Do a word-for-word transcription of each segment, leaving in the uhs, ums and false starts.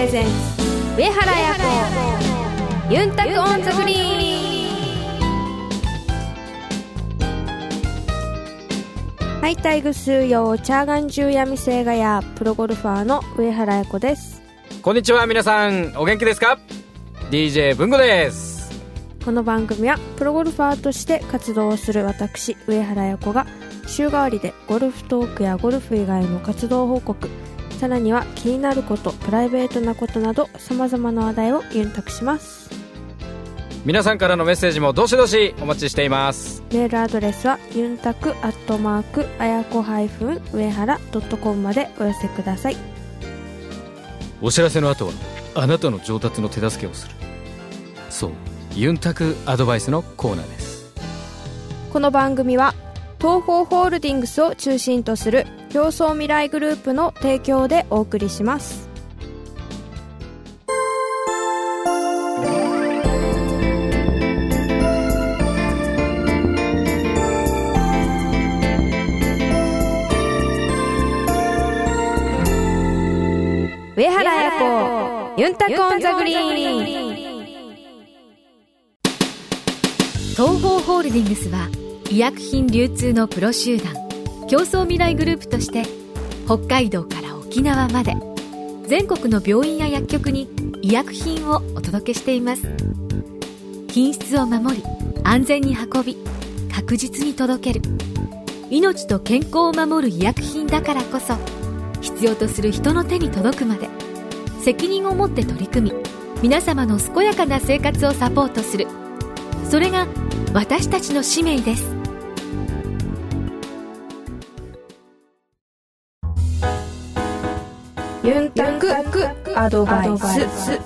レゼンツ上原彩子ユンタクオンザグリーン。はい、タイグスーヨーチャーガンジューヤミセイガヤプロゴルファーの上原彩子です。 こんにちは、皆さんお元気ですか？ ディージェー 文吾です。 この番組はプロゴルファーとして活動をする私上原彩子が週替わりでゴルフトークやゴルフ以外の活動報告、さらには気になること、プライベートなことなど様々な話題をユンタクします。 皆さんからのメッセージもどしどしお待ちしています。 メールアドレスはユンタクアットマークあやこ上原 .com までお寄せください。 お知らせの後はあなたの上達の手助けをする、そうユンタクアドバイスのコーナーです。 この番組は東方ホールディングスを中心とする競争未来グループの提供でお送りします。上原彩子ユンタクオンザグリーン。 東方ホールディングスは医薬品流通のプロ集団競争未来グループとして北海道から沖縄まで全国の病院や薬局に医薬品をお届けしています。品質を守り安全に運び確実に届ける、命と健康を守る医薬品だからこそ必要とする人の手に届くまで責任を持って取り組み、皆様の健やかな生活をサポートする、それが私たちの使命です。 ユンタクアドバイス。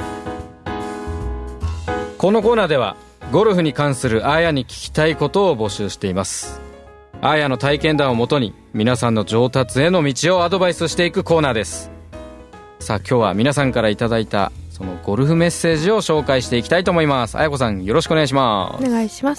このコーナーではゴルフに関するあーやに聞きたいことを募集しています。あーやの体験談をもとに皆さんの上達への道をアドバイスしていくコーナーです。さあ今日は皆さんからいただいたそのゴルフメッセージを紹介していきたいと思います。あやこさんよろしくお願いします。 お願いします。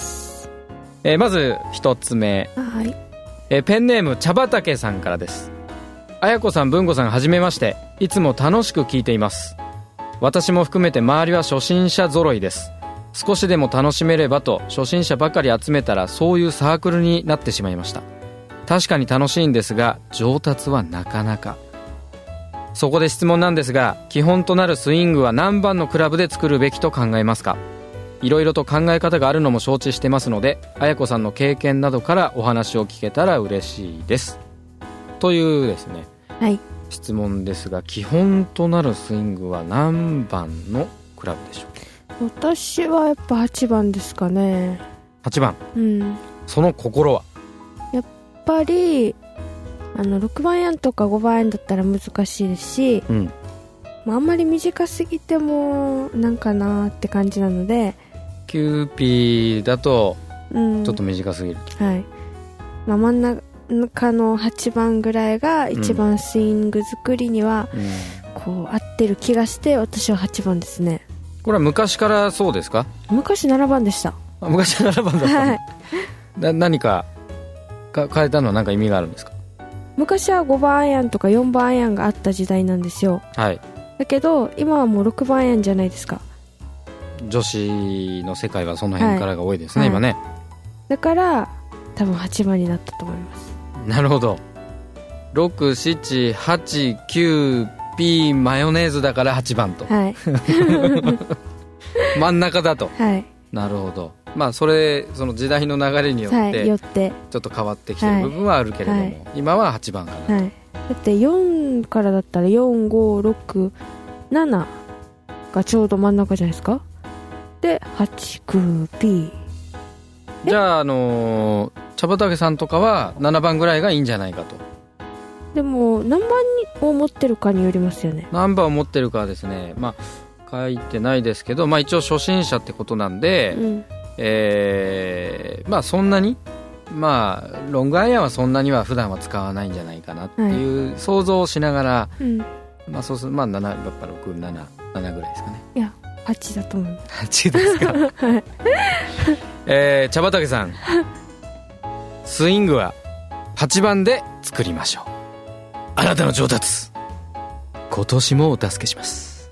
えー、まず一つ目、 はい、 えー、ペンネーム茶畑さんからです。あやこさん、文吾さん、はじめまして。いつも楽しく聞いています。私も含めて周りは初心者揃いです。少しでも楽しめればと初心者ばかり集めたらそういうサークルになってしまいました。確かに楽しいんですが上達はなかなか。そこで質問なんですが、基本となるスイングは何番のクラブで作るべきと考えますか？いろいろと考え方があるのも承知してますので、あやこさんの経験などからお話を聞けたら嬉しいです、というですね、 はい、質問ですが、基本となるスイングは何番のクラブでしょう？ 私はやっぱはちばんですかね。 はちばん、 うん、 その心は？ やっぱりあのろくばんアイアンとかごばんアイアンだったら難しいですし、うん、まあ、あんまり短すぎてもなんかなって感じなので、 キューピーだとちょっと短すぎる、 うん、はい、まあ、真ん中のはちばんぐらいが一番スイング作りにはこう合ってる気がして、私ははちばんですね。 これは昔からそうですか？ 昔ななばんでした。 あ、昔ななばんだった、はい、な何かか変えたのは何か意味があるんですか？ 昔はごばんアイアンとかよんばんアイアンがあった時代なんですよ、 はい、 だけど今はもうろくばんアイアンじゃないですか。 女子の世界はその辺からが多いですね、はい、今ね。 だから多分はちばんになったと思います。 なるほど。ろく、なな、はち、きゅう、ピーマヨネーズだからはちばんと、はい、真ん中だと、はい、なるほど。まあそれその時代の流れによって、はい、よってちょっと変わってきてる部分はあるけれども、はい、今ははちばんかな、はい、 だってよんからだったらよん、ご、ろく、なながちょうど真ん中じゃないですか。ではち、きゅう、ピー、 じゃあ、あのー、茶畑さんとかはななばんぐらいがいいんじゃないかと。 でも何番を持ってるかによりますよね。 何番を持ってるかはですね、まあ書いてないですけど、まあ一応初心者ってことなんで、うん、えー、まあそんなにまあロングアイアンはそんなには普段は使わないんじゃないかなっていう想像をしながら、うん、まあそうするまあなな、やっぱろく、なな、ななぐらいですかね。 いやはちだと思います。 はちですか、はい、えー、茶畑さんスイングははちばんで作りましょう。あなたの上達今年もお助けします。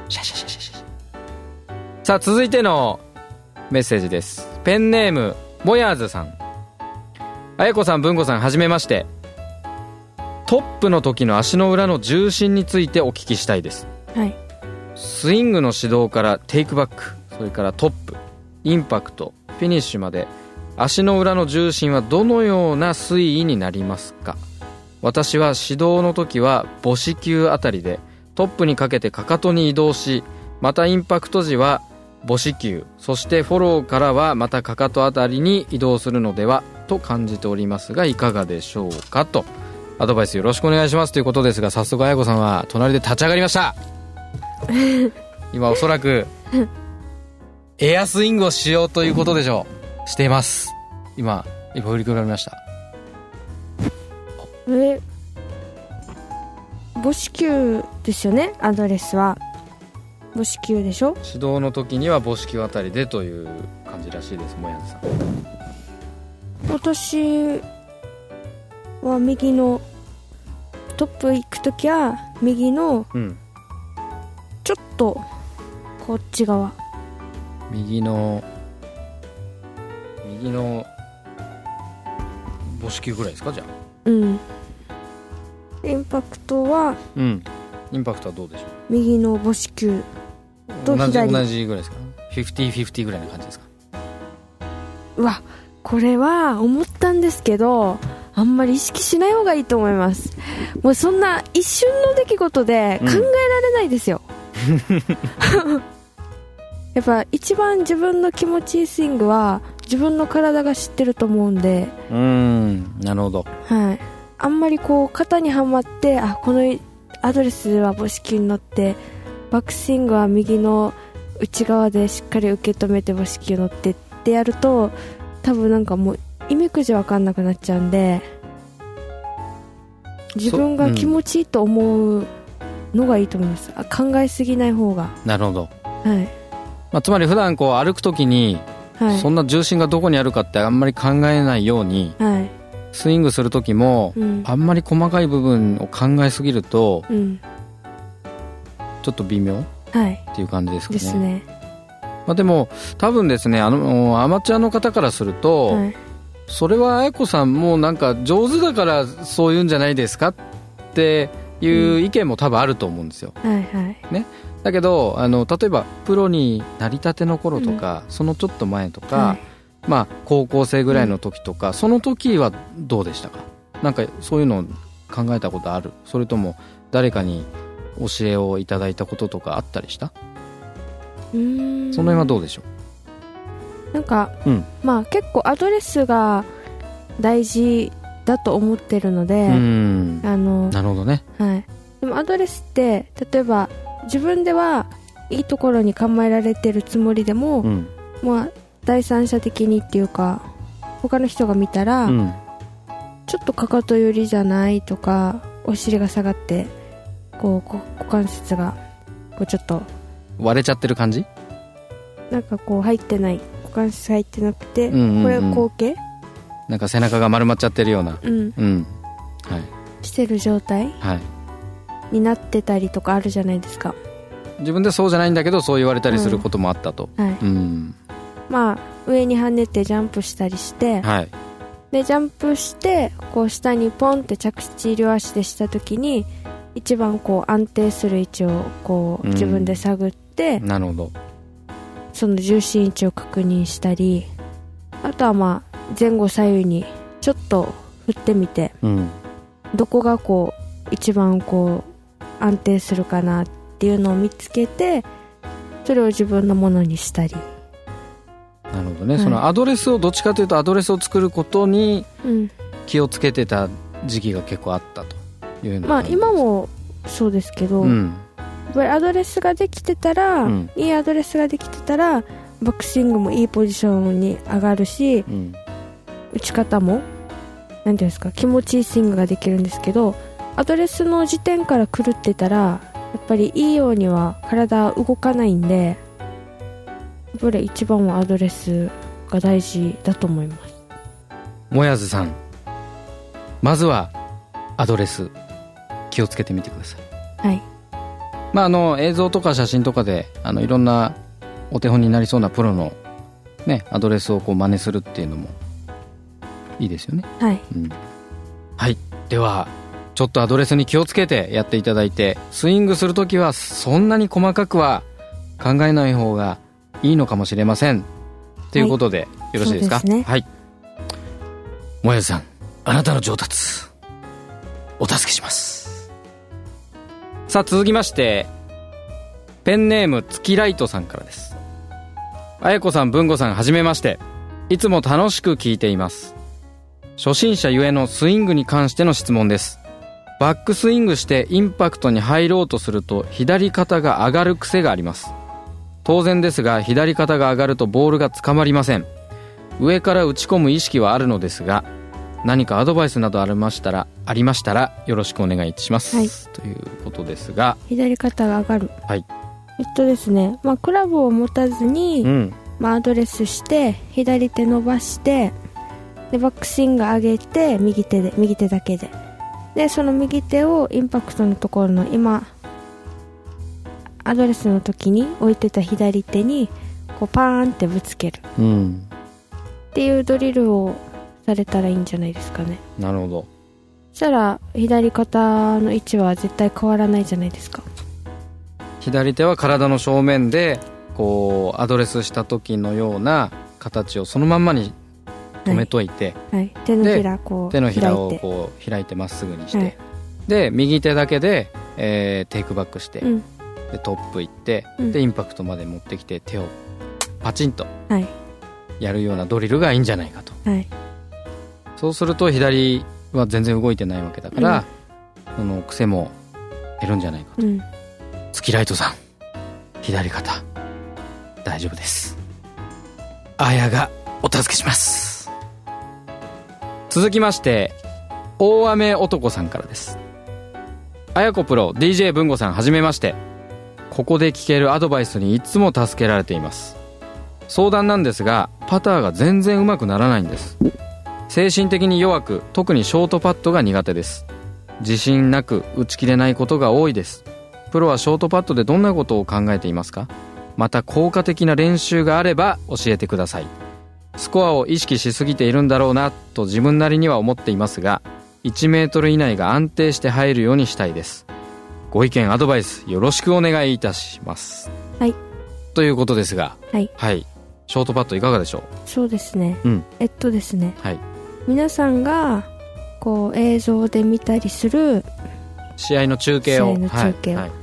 シャシャシャシャシャ。さあ続いてのメッセージです。ペンネームもやーずさん。あやこさん、文吾さん、はじめまして。トップの時の足の裏の重心についてお聞きしたいです。 はい。 スイングの始動からテイクバック、それからトップ、インパクト、フィニッシュまで足の裏の重心はどのような推移になりますか？私は始動の時は母子球あたりでトップにかけてかかとに移動し、またインパクト時は母子球、そしてフォローからはまたかかとあたりに移動するのではと感じておりますが、いかがでしょうか、とアドバイスよろしくお願いしますということですが、早速あやこさんは隣で立ち上がりました今おそらくエアスイングをしようということでしょう。しています。今今振り返りました。 え母子球ですよね。アドレスは母子球でしょ。 指導の時には母子球あたりでという感じらしいです。もやずさん。 私は右のトップ行く時は右のちょっとこっち側、 右の右の母子球ぐらいですか。じゃあうんインパクトはうんインパクトはどうでしょう。 右の母子球と左、 同じ同じぐらいですか。フィフティーフィフティーぐらいな感じですか。 うわ、これは思ったんですけど、あんまり意識しない方がいいと思います。もうそんな一瞬の出来事で考えられないですよ、うん、やっぱ一番自分の気持ちいいスイングは自分の体が知ってると思うんで。 うーん、なるほど。 はい。あんまりこう肩にはまって、あ、このアドレスは母子球に乗ってバックスイングは右の内側でしっかり受け止めて母子球乗ってってやると、多分なんかもうイメージわかんなくなっちゃうんで、自分が気持ちいいと思うのがいいと思います、うん、あ、考えすぎない方が。 なるほど。 はい。 まあ、つまり普段こう歩くときに、はい、そんな重心がどこにあるかってあんまり考えないように、はい、スイングするときも、うん、あんまり細かい部分を考えすぎると、うん、ちょっと微妙、はい、っていう感じですかね。ですね。まあ、でも多分ですね、あのアマチュアの方からすると、はい、それは彩子さんもなんか上手だからそういうんじゃないですかっていう意見も多分あると思うんですよ、うん、はいはいね。だけどあの例えばプロになりたての頃とか、うん、そのちょっと前とか、はい、まあ、高校生ぐらいの時とか、うん、その時はどうでしたか。なんかそういうのを考えたことある？それとも誰かに教えをいただいたこととかあったりした？うーん、その辺はどうでしょう。なんか、うん、まあ結構アドレスが大事だと思ってるので、うん、あのなるほどね、 はい、でもアドレスって例えば自分ではいいところに構えられてるつもりでも、うん、まあ第三者的にっていうか他の人が見たら、うん、ちょっとかかと寄りじゃないとか、お尻が下がってこう股関節がこうちょっと割れちゃってる感じ、 なんかこう入ってない、股関節入ってなくて、うんうんうん、これは後傾、 なんか背中が丸まっちゃってるような、 うんうん、はい、してる状態、はい、になってたりとかあるじゃないですか。 自分でそうじゃないんだけどそう言われたりすることもあったと、うん、はい、うん、 まあ上に跳ねてジャンプしたりして、はい、でジャンプしてこう下にポンって着地両足でした時に一番こう安定する位置をこう自分で探って、うん、なるほど、その重心位置を確認したり、あとはまあ前後左右にちょっと振ってみて、うん、どこがこう一番こう安定するかなっていうのを見つけて、それを自分のものにしたり。 なるほどね、はい、そのアドレスをどっちかというとアドレスを作ることに気をつけてた時期が結構あったというの、 まあ今もそうですけど、うん、やっぱりアドレスができてたら、うん、いいアドレスができてたらバックスイングもいいポジションに上がるし、うん、打ち方もなんていうんですか、気持ちいいスイングができるんですけど、アドレスの時点から狂ってたらやっぱりいいようには体動かないんで、やっぱり一番はアドレスが大事だと思います。 もやずさん、まずはアドレス気をつけてみてください。 はい。 まあ、あの映像とか写真とかであのいろんなお手本になりそうなプロの、ね、アドレスをこう真似するっていうのもいいですよね。 はい、 うん、はい。ではちょっとアドレスに気をつけてやっていただいて、スイングするときはそんなに細かくは考えない方がいいのかもしれませんということで、はい、よろしいですか。 そうですね。 はい。もやさん、あなたの上達お助けします。さあ続きましてペンネーム月ライトさんからです。あやこさん、文吾さん、はじめまして。いつも楽しく聞いています。初心者ゆえのスイングに関しての質問です。バックスイングしてインパクトに入ろうとすると左肩が上がる癖があります。当然ですが左肩が上がるとボールが捕まりません。上から打ち込む意識はあるのですが、何かアドバイスなどありましたらありましたらよろしくお願いします、はい、ということですが、 左肩が上がる、 はい、 えっとですね、まあ、クラブを持たずに、うんまあ、アドレスして左手伸ばしてでバックスイング上げて右手で右手だけででその右手をインパクトのところの今アドレスの時に置いてた左手にこうパーンってぶつける、うん、っていうドリルをされたらいいんじゃないですかね。 なるほど。 そしたら左肩の位置は絶対変わらないじゃないですか。 左手は体の正面でこうアドレスした時のような形をそのまんまに止めといて、 はいはい、手のひらこう手のひらをこう開いてまっすぐにして、はい、で右手だけで、えー、テイクバックして、うん、でトップ行って、うん、でインパクトまで持ってきて手をパチンとやるようなドリルがいいんじゃないかと、はい、そうすると左は全然動いてないわけだから、うん、その癖も減るんじゃないかと、うん、月ライトさん、左肩大丈夫です。あやがお助けします。続きまして大雨男さんからです。あやこプロ ディージェー 文吾さん、はじめまして。ここで聞けるアドバイスにいつも助けられています。相談なんですがパターが全然うまくならないんです。精神的に弱く、特にショートパットが苦手です。自信なく打ち切れないことが多いです。プロはショートパットでどんなことを考えていますか？また効果的な練習があれば教えてください。スコアを意識しすぎているんだろうなと自分なりには思っていますが、いちメートル以内が安定して入るようにしたいです。ご意見アドバイスよろしくお願いいたします。 はい、 ということですが、 はい、 はい、ショートパットいかがでしょう？ そうですね、 うん、 えっとですね、 はい、 皆さんがこう映像で見たりする試合の中継を試合の中継を、はいはい、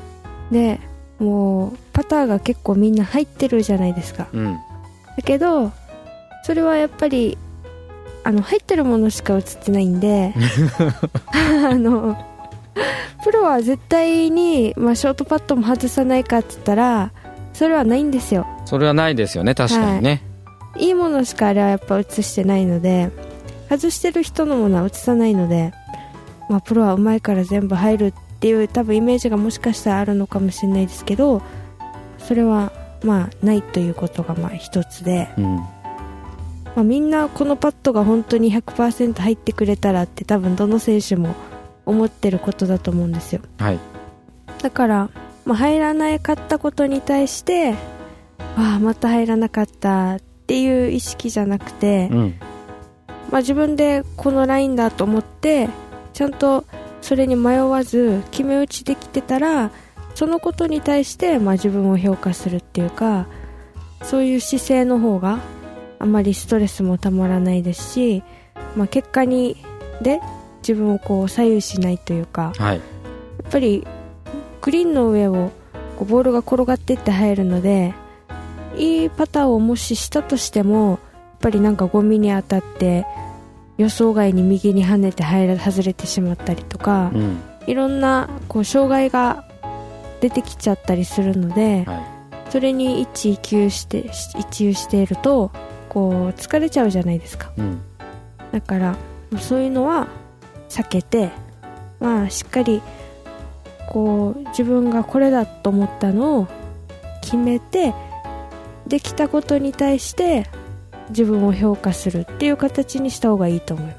でもうパターが結構みんな入ってるじゃないですか、うん、だけどそれはやっぱりあの入ってるものしか映ってないんであのプロは絶対に、まあ、ショートパットも外さないかって言ったらそれはないんですよ。 それはないですよね、確かにね、 はい、いいものしかあれはやっぱ映してないので、外してる人のものは映さないので、まあ、プロはうまいから全部入るっていう多分イメージがもしかしたらあるのかもしれないですけど、それはまあないということがまあ一つで、うん、まあ、みんなこのパットが本当に ひゃくパーセント 入ってくれたらって多分どの選手も思ってることだと思うんですよ、はい、だから、まあ、入らなかったことに対してああまた入らなかったっていう意識じゃなくて、うん、まあ、自分でこのラインだと思ってちゃんとそれに迷わず決め打ちできてたら、そのことに対してまあ自分を評価するっていうか、そういう姿勢の方があまりストレスもたまらないですし、まあ、結果にで自分をこう左右しないというか、はい、やっぱりグリーンの上をこうボールが転がっていって入るので、いいパターをもししたとしてもやっぱりなんかゴミに当たって予想外に右に跳ねて入ら外れてしまったりとか、うん、いろんなこう障害が出てきちゃったりするので、はい、それに一喜一憂して一憂しているとこう疲れちゃうじゃないですか、うん、だからそういうのは避けて、まあ、しっかりこう自分がこれだと思ったのを決めて、できたことに対して自分を評価するっていう形にした方がいいと思います。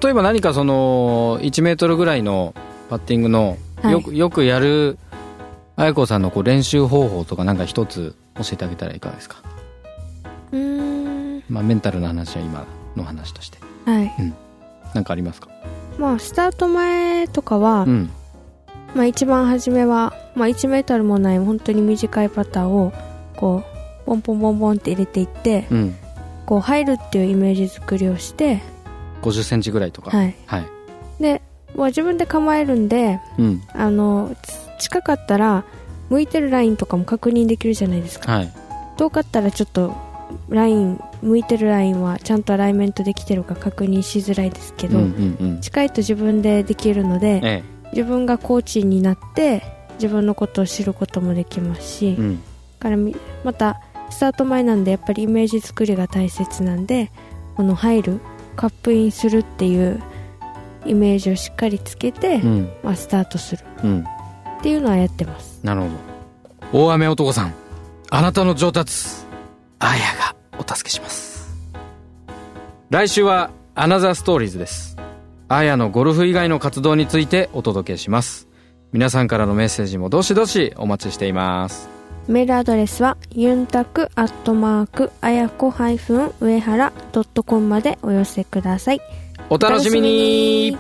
例えば何かそのいちメートルぐらいのパッティングのよく、はい、よくやる綾子さんのこう練習方法とかなんか一つ教えてあげたらいかがですか？ うーん、 まあメンタルの話は今の話として、 はい、 うん、なんかありますか？ まあスタート前とかは、 うん、 まあ一番初めは、まあいちメートルもない本当に短いパターをこうポンポンポンポンって入れていって、うん、こう入るっていうイメージ作りをしてごじゅっセンチぐらいとか、 はい、はい、でもう自分で構えるんで、うん、あの近かったら向いてるラインとかも確認できるじゃないですか、はい、遠かったらちょっとライン向いてるラインはちゃんとアライメントできてるか確認しづらいですけど、うんうんうん、近いと自分でできるので、ええ、自分がコーチになって自分のことを知ることもできますし、うん、からまたスタート前なんでやっぱりイメージ作りが大切なんで、この入るカップインするっていうイメージをしっかりつけて、うん、まあ、スタートする、うん、っていうのはやってます。 なるほど。大雨男さん、あなたの上達あやがお助けします。来週はアナザーストーリーズです。あやのゴルフ以外の活動についてお届けします。皆さんからのメッセージもどしどしお待ちしています。 メールアドレスはユンタクアットマークあやこ上原ドットコムまでお寄せください。 お楽しみに。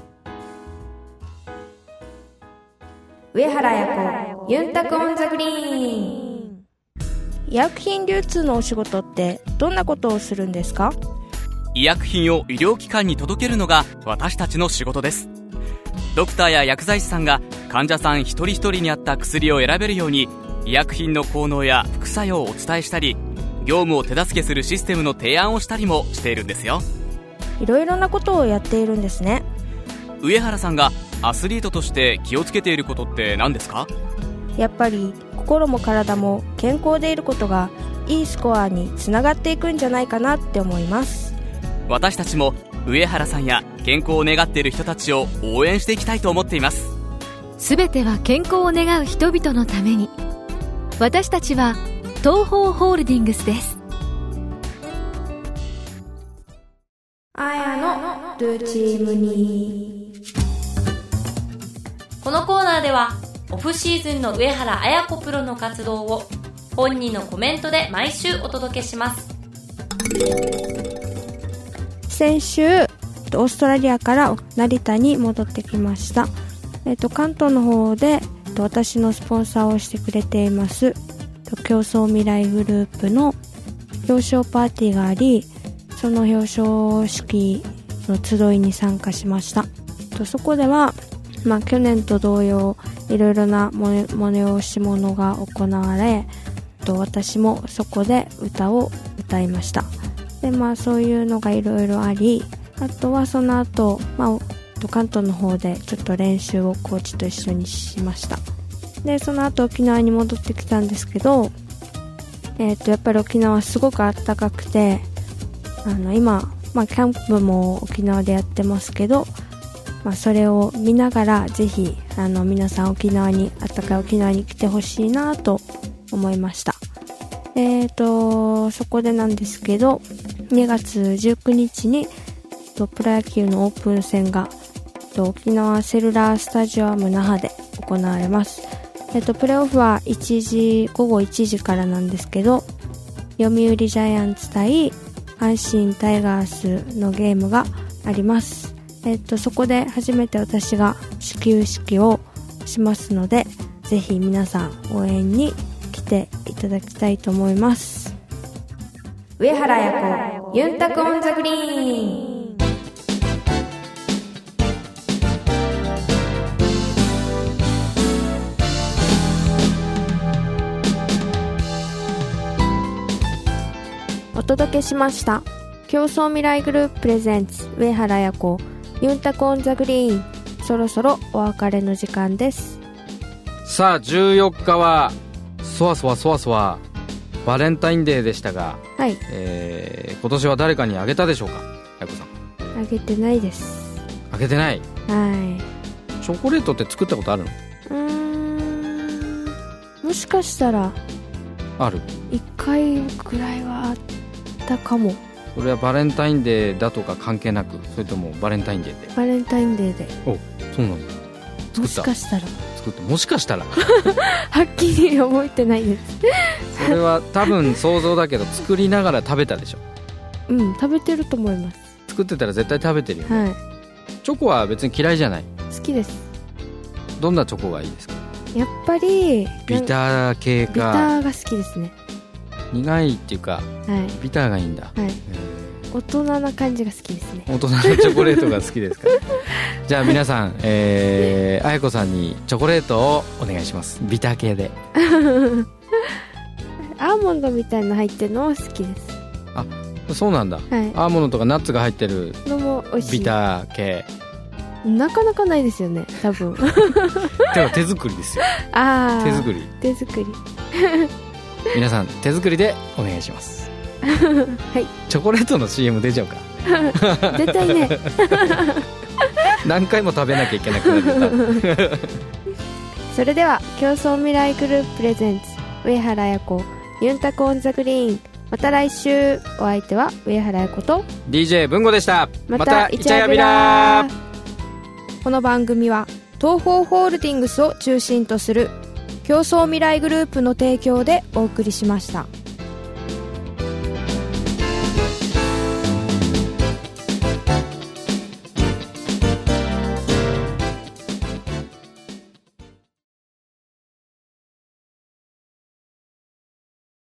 上原彩子ユンタクオンザグリーン。医薬品流通のお仕事ってどんなことをするんですか？ 医薬品を医療機関に届けるのが私たちの仕事です。ドクターや薬剤師さんが患者さん一人一人に合った薬を選べるように医薬品の効能や副作用をお伝えしたり、業務を手助けするシステムの提案をしたりもしているんですよ。 いろいろなことをやっているんですね。 上原さんがアスリートとして気をつけていることって何ですか？ やっぱり心も体も健康でいることがいいスコアにつながっていくんじゃないかなって思います。 私たちも上原さんや健康を願っている人たちを応援していきたいと思っています。 すべては健康を願う人々のために。私たちは東方ホールディングスです。 あやのルーチームに。 このコーナーではオフシーズンの上原彩子プロの活動を本人のコメントで毎週お届けします。 先週オーストラリアから成田に戻ってきました。えっと、関東の方で私のスポンサーをしてくれています競争未来グループの表彰パーティーがあり、その表彰式の集いに参加しました。そこでは、まあ、去年と同様いろいろな催し物が行われ、私もそこで歌を歌いました。で、まあ、そういうのがいろいろあり、あとはその後、まあ、関東の方でちょっと練習をコーチと一緒にしました。で、その後沖縄に戻ってきたんですけど、えっとやっぱり沖縄すごく暖かくて、あの今、まあ、キャンプも沖縄でやってますけど、まあ、それを見ながらぜひあの皆さん沖縄に暖かい沖縄に来てほしいなと思いました。えっとそこでなんですけど、にがつじゅうくにちにプロ野球のオープン戦が沖縄セルラースタジアム那覇で行われます。えっと、プレーオフはいちじ、午後いちじからなんですけど、読売ジャイアンツ対阪神タイガースのゲームがあります。えっと、そこで初めて私が始球式をしますので、ぜひ皆さん応援に来ていただきたいと思います。上原彩子ユンタクオンザグリーン。お届けしました競争未来グループプレゼンツ上原彩子ユンタクオンザグリーン。そろそろお別れの時間です。 さあじゅうよっかはそわそわそわそわバレンタインデーでしたが、 はい、 えー、今年は誰かにあげたでしょうか？彩子さん。 あげてないです。 あげてない。 はい。 チョコレートって作ったことあるの？ うーん、もしかしたらある。 いっかいぐらいはあったかも。 それはバレンタインデーだとか関係なく、それともバレンタインデーで？ バレンタインデーで。 お、そうなんだ。 もしかしたら作っ作って、もしかしたらはっきり覚えてないですそれは多分想像だけど作りながら食べたでしょ。 うん食べてると思います。 作ってたら絶対食べてるよね、 はいチョコは別に嫌いじゃない。 好きです。 どんなチョコがいいですか？ やっぱりビター系ビタかーが好きですね。 苦いっていうかはいビターがいいんだ、 はいえ大人な感じが好きですね。 ー大人のチョコレートが好きですかじゃあ皆さん、えー、あやこさんにチョコレートをお願いします。ビター系で。 アーモンドみたいな入ってるのは好きです。 そうなんだ、 はいアーモンドとかナッツが入ってるのも美味しい。 ビター系なかなかないですよね多分でも手作りですよ。 ああ手作り。 手作り皆さん手作りでお願いしますはいチョコレートの シーエム 出ちゃうか絶対ね何回も食べなきゃいけなくなるそれでは競争未来グループプレゼンツ上原彩子ユンタコオンザグリーン、また来週。お相手は上原彩子とディージェー 文吾でした。 またイチャヤビラー。この番組は東方ホールディングスを中心とする競争未来グループの提供でお送りしました。